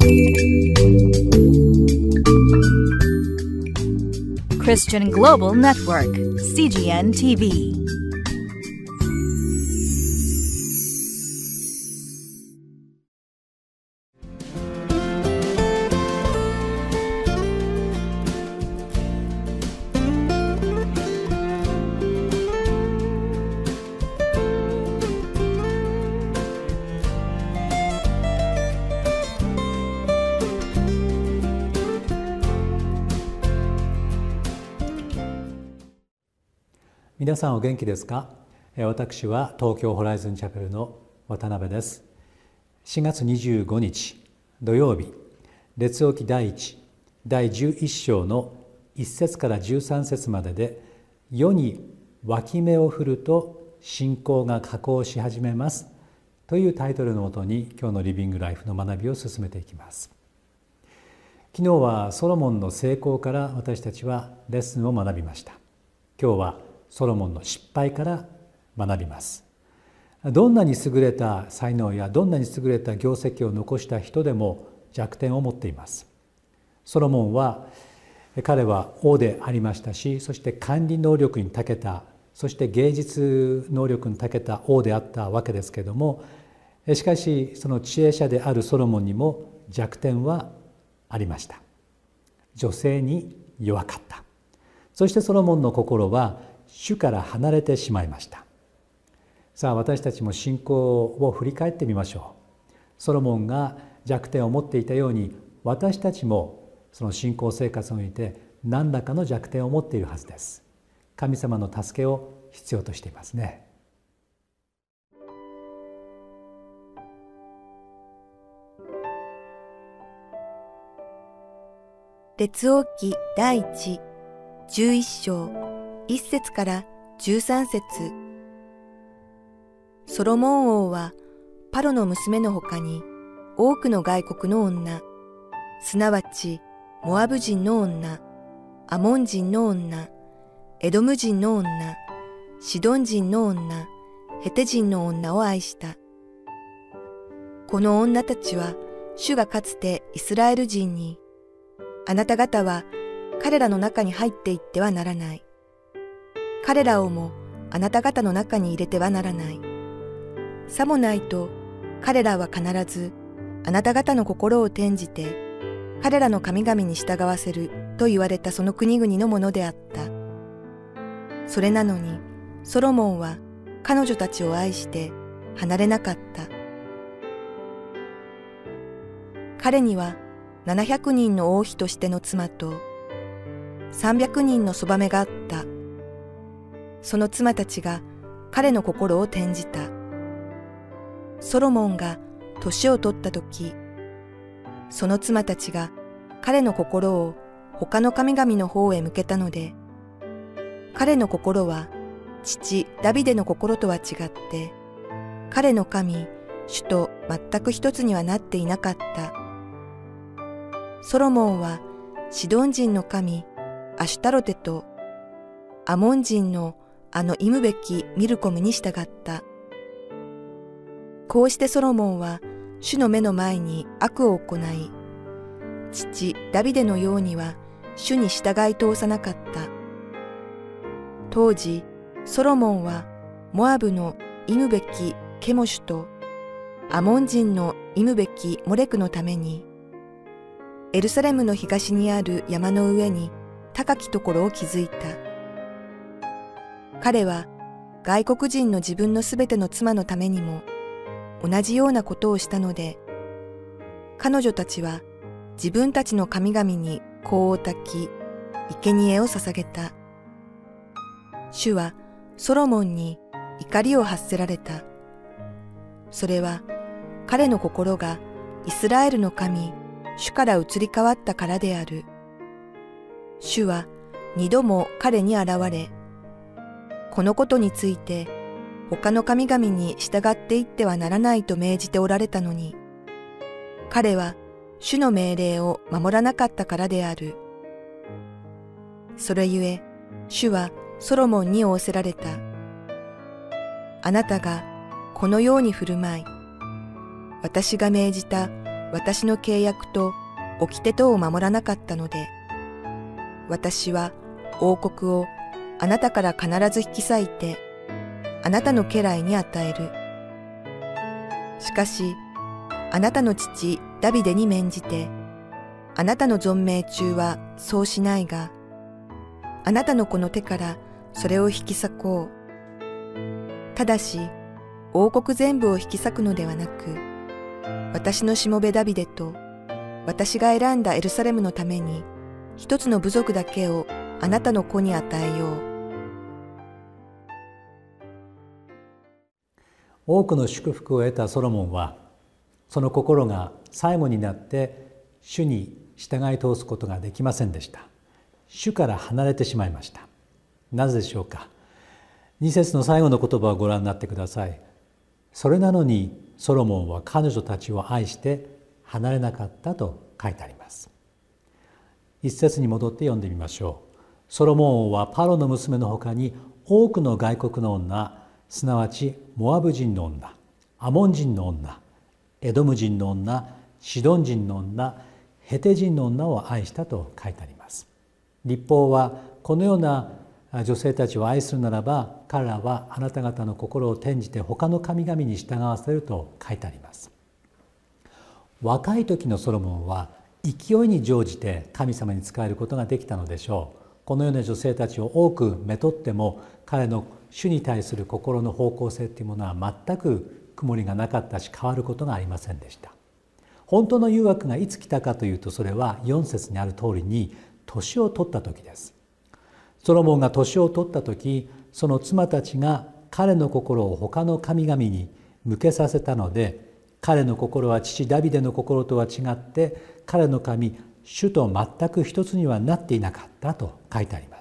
Christian Global Network, CGN TV. 皆さんお元気ですか？私は東京ホライズンチャペルの渡辺です。4月25日土曜日、列王記第11章の1節から13節までで、世に脇目を振ると信仰が下降し始めますというタイトルのもとに、今日のリビングライフの学びを進めていきます。昨日はソロモンの成功から私たちはレッスンを学びました。今日はソロモンの失敗から学びます。どんなに優れた才能やどんなに優れた業績を残した人でも弱点を持っています。ソロモンは、彼は王でありましたし、そして管理能力に長けた、そして芸術能力に長けた王であったわけですけれども、しかしその知恵者であるソロモンにも弱点はありました。女性に弱かった。そしてソロモンの心は主から離れてしまいました。さあ、私たちも信仰を振り返ってみましょう。ソロモンが弱点を持っていたように、私たちもその信仰生活において何らかの弱点を持っているはずです。神様の助けを必要としていますね。 列王記第11章1節から13節。ソロモン王はパロの娘のほかに多くの外国の女、すなわちモアブ人の女、アモン人の女、エドム人の女、シドン人の女、ヘテ人の女を愛した。この女たちは主がかつてイスラエル人に、あなた方は彼らの中に入っていってはならない。彼らをもあなた方の中に入れてはならない。さもないと彼らは必ずあなた方の心を転じて彼らの神々に従わせると言われたその国々のものであった。それなのにソロモンは彼女たちを愛して離れなかった。彼には700人の王妃としての妻と300人のそばめがあった。その妻たちが彼の心を転じた。ソロモンが年を取ったとき、その妻たちが彼の心を他の神々の方へ向けたので、彼の心は父ダビデの心とは違って、彼の神主と全く一つにはなっていなかった。ソロモンはシドン人の神アシュタロテとアモン人の忌むべきミルコムに従った。こうしてソロモンは主の目の前に悪を行い、父ダビデのようには主に従い通さなかった。当時ソロモンはモアブの忌むべきケモシュとアモン人の忌むべきモレクのために、エルサレムの東にある山の上に高きところを築いた。彼は外国人の自分のすべての妻のためにも同じようなことをしたので、彼女たちは自分たちの神々に香を焚き、生贄を捧げた。主はソロモンに怒りを発せられた。それは彼の心がイスラエルの神、主から移り変わったからである。主は2度も彼に現れ、このことについて他の神々に従っていってはならないと命じておられたのに、彼は主の命令を守らなかったからである。それゆえ、主はソロモンに仰せられた。あなたがこのように振る舞い、私が命じた私の契約と掟とを守らなかったので、私は王国をあなたから必ず引き裂いて、あなたの家来に与える。しかし、あなたの父ダビデに免じて、あなたの存命中はそうしないが、あなたの子の手からそれを引き裂こう。ただし、王国全部を引き裂くのではなく、私のしもべダビデと、私が選んだエルサレムのために、一つの部族だけをあなたの子に与えよう。 多くの祝福を得たソロモンは、その心が最後になって主に従い通すことができませんでした。主から離れてしまいました。なぜでしょうか。2節の最後の言葉をご覧になってください。それなのにソロモンは彼女たちを愛して離れなかったと書いてあります。1節に戻って読んでみましょう。ソロモン王はパロの娘のほかに多くの外国の女、すなわちモアブ人の女、アモン人の女、エドム人の女、シドン人の女、ヘテ人の女を愛したと書いてあります。律法はこのような女性たちを愛するならば、彼らはあなた方の心を転じて他の神々に従わせると書いてあります。若い時のソロモンは勢いに乗じて神様に仕えることができたのでしょう。このような女性たちを多くめとっても、彼の主に対する心の方向性というものは全く曇りがなかったし、変わることがありませんでした。本当の誘惑がいつ来たかというと、それは4節にある通りに年を取った時です。ソロモンが年を取った時、その妻たちが彼の心を他の神々に向けさせたので、彼の心は父ダビデの心とは違って、彼の神主と全く一つにはなっていなかったと書いてあります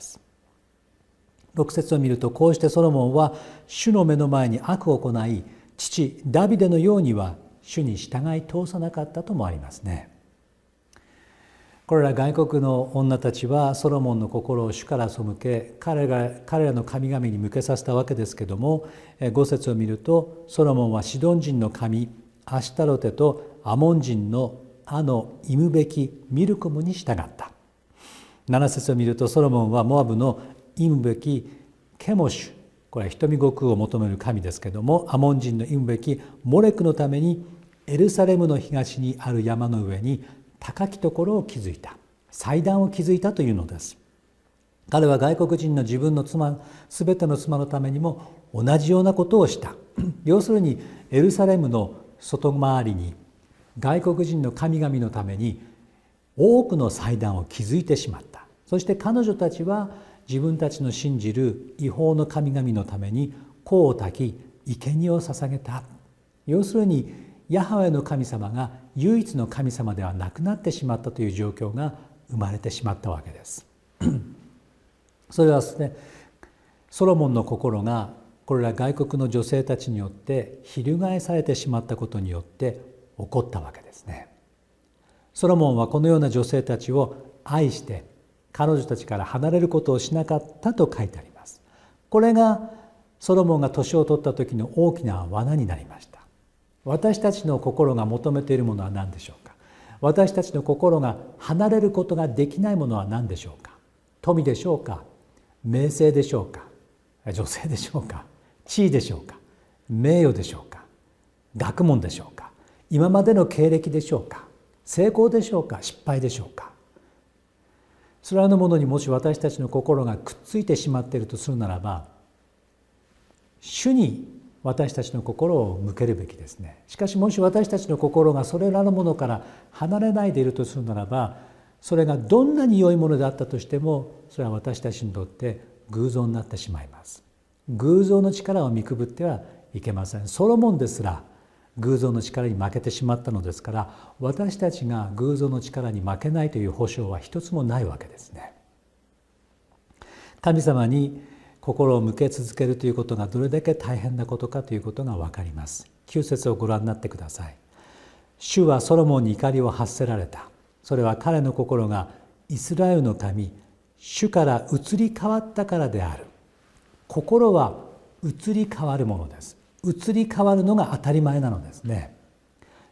。6節を見ると、こうしてソロモンは主の目の前に悪を行い、父ダビデのようには主に従い通さなかったともありますね。これら外国の女たちはソロモンの心を主から背け、彼らの神々に向けさせたわけですけども、5節を見ると、ソロモンはシドン人の神アシュタロテとアモン人の忌むべきミルコムに従った。7節を見ると、ソロモンはモアブの忌むべきケモシュ、これは瞳悟空を求める神ですけども、アモン人の忌むべきモレクのためにエルサレムの東にある山の上に高きところを築いた、祭壇を築いたというのです。彼は外国人の自分の妻、すべての妻のためにも同じようなことをした。要するにエルサレムの外回りに外国人の神々のために多くの祭壇を築いてしまった。そして彼女たちは自分たちの信じる違法の神々のために香を焚き生贄を捧げた。要するにヤハウェの神様が唯一の神様ではなくなってしまったという状況が生まれてしまったわけです。それはですね、ソロモンの心がこれら外国の女性たちによって翻されてしまったことによって起こったわけですね。ソロモンはこのような女性たちを愛して彼女たちから離れることをしなかったと書いてあります。これがソロモンが年を取った時の大きな罠になりました。私たちの心が求めているものは何でしょうか。私たちの心が離れることができないものは何でしょうか。富でしょうか、名声でしょうか、女性でしょうか、地位でしょうか、名誉でしょうか、学問でしょうか、今までの経歴でしょうか、成功でしょうか、失敗でしょうか。それらのものにもし私たちの心がくっついてしまっているとするならば、主に私たちの心を向けるべきですね。しかしもし私たちの心がそれらのものから離れないでいるとするならば、それがどんなに良いものであったとしても、それは私たちにとって偶像になってしまいます。偶像の力を見くぶってはいけません。ソロモンですら偶像の力に負けてしまったのですから、私たちが偶像の力に負けないという保証は一つもないわけですね。神様に心を向け続けるということがどれだけ大変なことかということが分かります。9節をご覧になってください。主はソロモンに怒りを発せられた。それは彼の心がイスラエルの神主から移り変わったからである。心は移り変わるものです。移り変わるのが当たり前なのですね。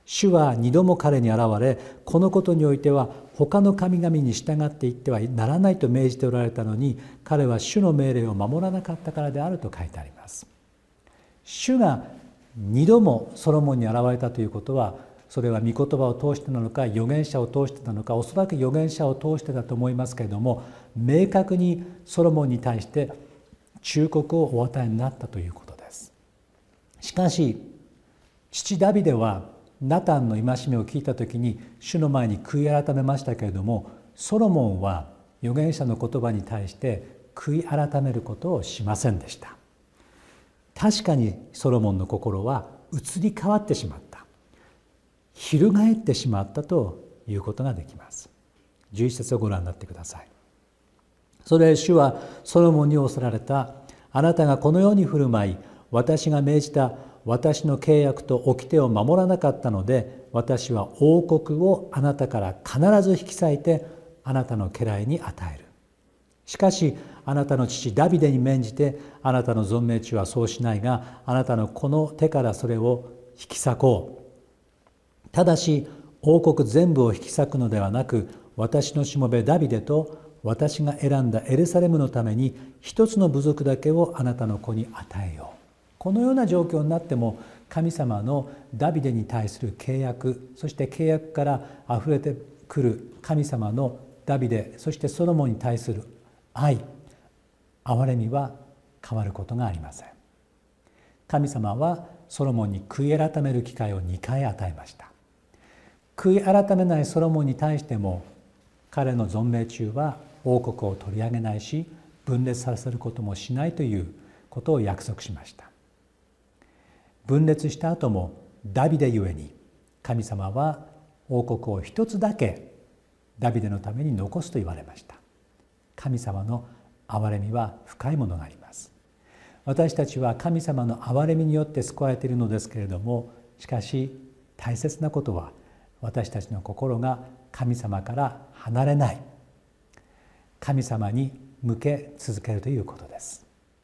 主は2度も彼に現れ、このことにおいては他の神々に従っていってはならないと命じておられたのに、彼は主の命令を守らなかったからであると書いてあります。主が2度もソロモンに現れたということは、それは御言葉を通してなのか預言者を通してなのか、おそらく預言者を通してだと思いますけれども、明確にソロモンに対して忠告をお与えになったということです。しかし父ダビデはナタンの戒めを聞いた時に主の前に悔い改めましたけれども、ソロモンは預言者の言葉に対して悔い改めることをしませんでした。確かにソロモンの心は移り変わってしまった、翻ってしまったということができます。11節をご覧になってください。それ主はソロモンに仰せられた。あなたがこのように振る舞い、私が命じた私の契約と掟を守らなかったので、私は王国をあなたから必ず引き裂いてあなたの家来に与える。しかしあなたの父ダビデに免じてあなたの存命中はそうしないが、あなたのこの手からそれを引き裂こう。ただし王国全部を引き裂くのではなく、私のしもべダビデと私が選んだエルサレムのために一つの部族だけをあなたの子に与えよう。このような状況になっても、神様のダビデに対する契約、そして契約からあふれてくる神様のダビデ、そしてソロモンに対する愛、憐れみは変わることがありません。神様はソロモンに悔い改める機会を2回与えました。悔い改めないソロモンに対しても、彼の存命中は王国を取り上げないし、分裂させることもしないということを約束しました。分裂した後もダビデゆえに、神様は王国を一つだけダビデのために残すと言われました。神様の憐れみは深いものがあります。私たちは神様の憐れみによって救われているのですけれども、しかし大切なことは、私たちの心が神様から離れない、神様に向け続けるということです。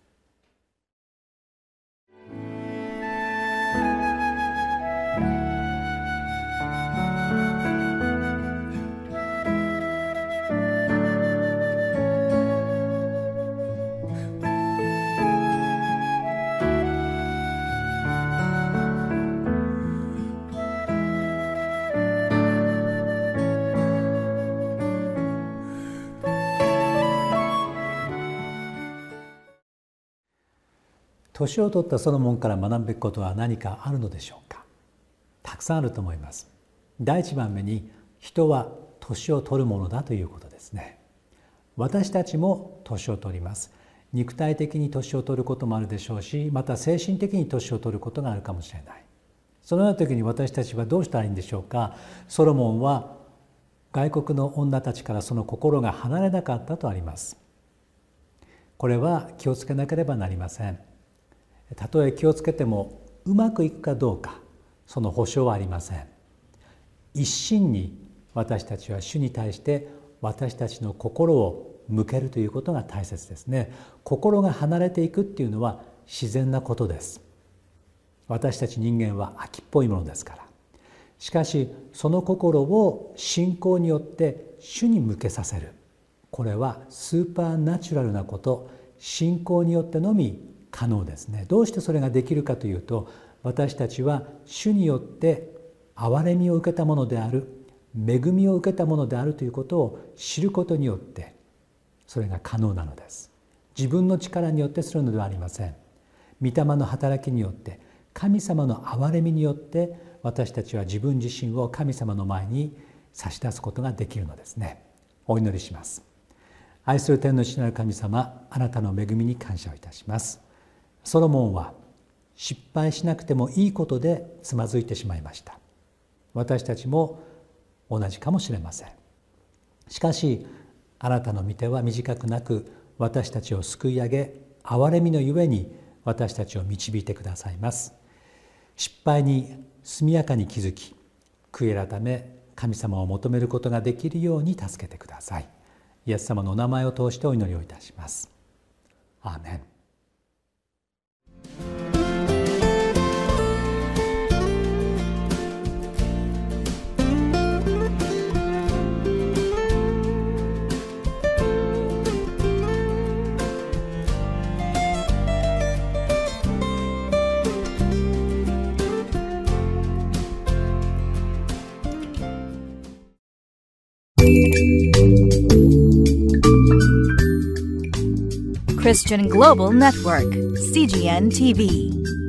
年を取ったソロモンから学ぶべきことは何かあるのでしょうか。たくさんあると思います。第一番目に、人は年を取るものだということですね。私たちも年を取ります。肉体的に年を取ることもあるでしょうし、また精神的に年を取ることがあるかもしれない。そのような時に私たちはどうしたらいいんでしょうか。ソロモンは外国の女たちからその心が離れなかったとあります。これは気をつけなければなりません。たとえ気をつけてもうまくいくかどうか、その保証はありません。一心に私たちは主に対して私たちの心を向けるということが大切ですね。心が離れていくっていうのは自然なことです。私たち人間は飽きっぽいものですから。しかしその心を信仰によって主に向けさせる、これはスーパーナチュラルなこと、信仰によってのみ可能ですね。どうしてそれができるかというと、私たちは主によって憐れみを受けたものである、恵みを受けたものであるということを知ることによってそれが可能なのです。自分の力によってするのではありません。御霊の働きによって、神様の憐れみによって私たちは自分自身を神様の前に差し出すことができるのですね。お祈りします。愛する天の父なる神様、あなたの恵みに感謝をいたします。ソロモンは失敗しなくてもいいことでつまずいてしまいました。私たちも同じかもしれません。しかしあなたの御手は短くなく、私たちを救い上げ、憐れみのゆえに私たちを導いてくださいます。失敗に速やかに気づき、悔い改め神様を求めることができるように助けてください。イエス様のお名前を通してお祈りをいたします。アーメン。 Christian Global Network, CGN TV.